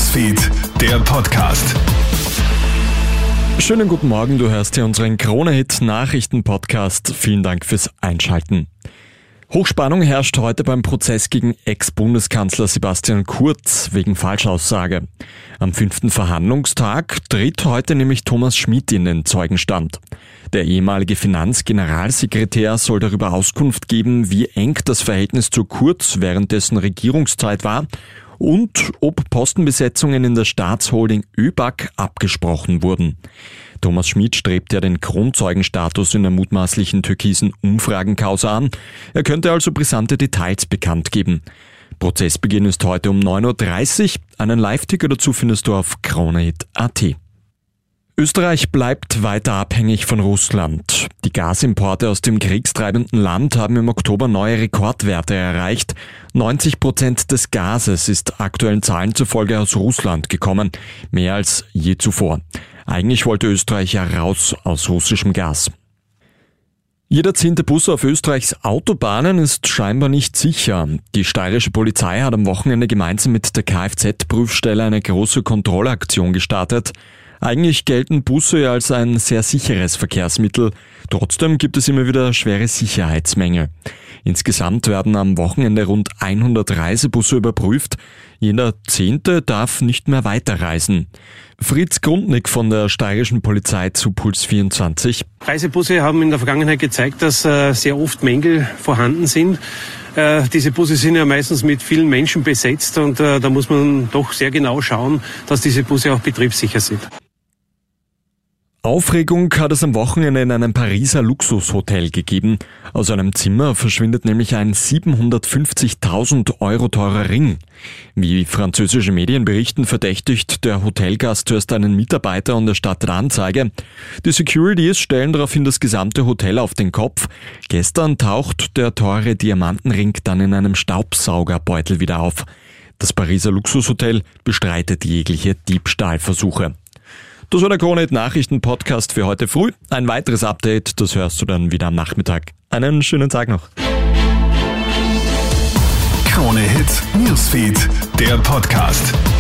Newsfeed, der Podcast. Schönen guten Morgen, du hörst hier unseren Krone-Hit-Nachrichten-Podcast. Vielen Dank fürs Einschalten. Hochspannung herrscht heute beim Prozess gegen Ex-Bundeskanzler Sebastian Kurz wegen Falschaussage. Am 5. Verhandlungstag tritt heute nämlich Thomas Schmidt in den Zeugenstand. Der ehemalige Finanzgeneralsekretär soll darüber Auskunft geben, wie eng das Verhältnis zu Kurz während dessen Regierungszeit war und ob Postenbesetzungen in der Staatsholding ÖBAG abgesprochen wurden. Thomas Schmidt strebt ja den Kronzeugenstatus in der mutmaßlichen türkisen Umfragenkausa an. Er könnte also brisante Details bekannt geben. Prozessbeginn ist heute um 9.30 Uhr. Einen Live-Ticker dazu findest du auf kronehit.at. Österreich bleibt weiter abhängig von Russland. Die Gasimporte aus dem kriegstreibenden Land haben im Oktober neue Rekordwerte erreicht. 90% des Gases ist aktuellen Zahlen zufolge aus Russland gekommen, mehr als je zuvor. Eigentlich wollte Österreich ja raus aus russischem Gas. Jeder 10. Bus auf Österreichs Autobahnen ist scheinbar nicht sicher. Die steirische Polizei hat am Wochenende gemeinsam mit der Kfz-Prüfstelle eine große Kontrollaktion gestartet. Eigentlich gelten Busse als ein sehr sicheres Verkehrsmittel. Trotzdem gibt es immer wieder schwere Sicherheitsmängel. Insgesamt werden am Wochenende rund 100 Reisebusse überprüft. Jeder 10. darf nicht mehr weiterreisen. Fritz Grundnick von der steirischen Polizei zu Puls 24. Reisebusse haben in der Vergangenheit gezeigt, dass sehr oft Mängel vorhanden sind. Diese Busse sind ja meistens mit vielen Menschen besetzt und da muss man doch sehr genau schauen, dass diese Busse auch betriebssicher sind. Aufregung hat es am Wochenende in einem Pariser Luxushotel gegeben. Aus einem Zimmer verschwindet nämlich ein 750.000 Euro teurer Ring. Wie französische Medien berichten, verdächtigt der Hotelgast zuerst einen Mitarbeiter und erstattet Anzeige. Die Securities stellen daraufhin das gesamte Hotel auf den Kopf. Gestern taucht der teure Diamantenring dann in einem Staubsaugerbeutel wieder auf. Das Pariser Luxushotel bestreitet jegliche Diebstahlversuche. Das war der Krone-Hit-Nachrichten-Podcast für heute früh. Ein weiteres Update, das hörst du dann wieder am Nachmittag. Einen schönen Tag noch. Krone-Hit Newsfeed, der Podcast.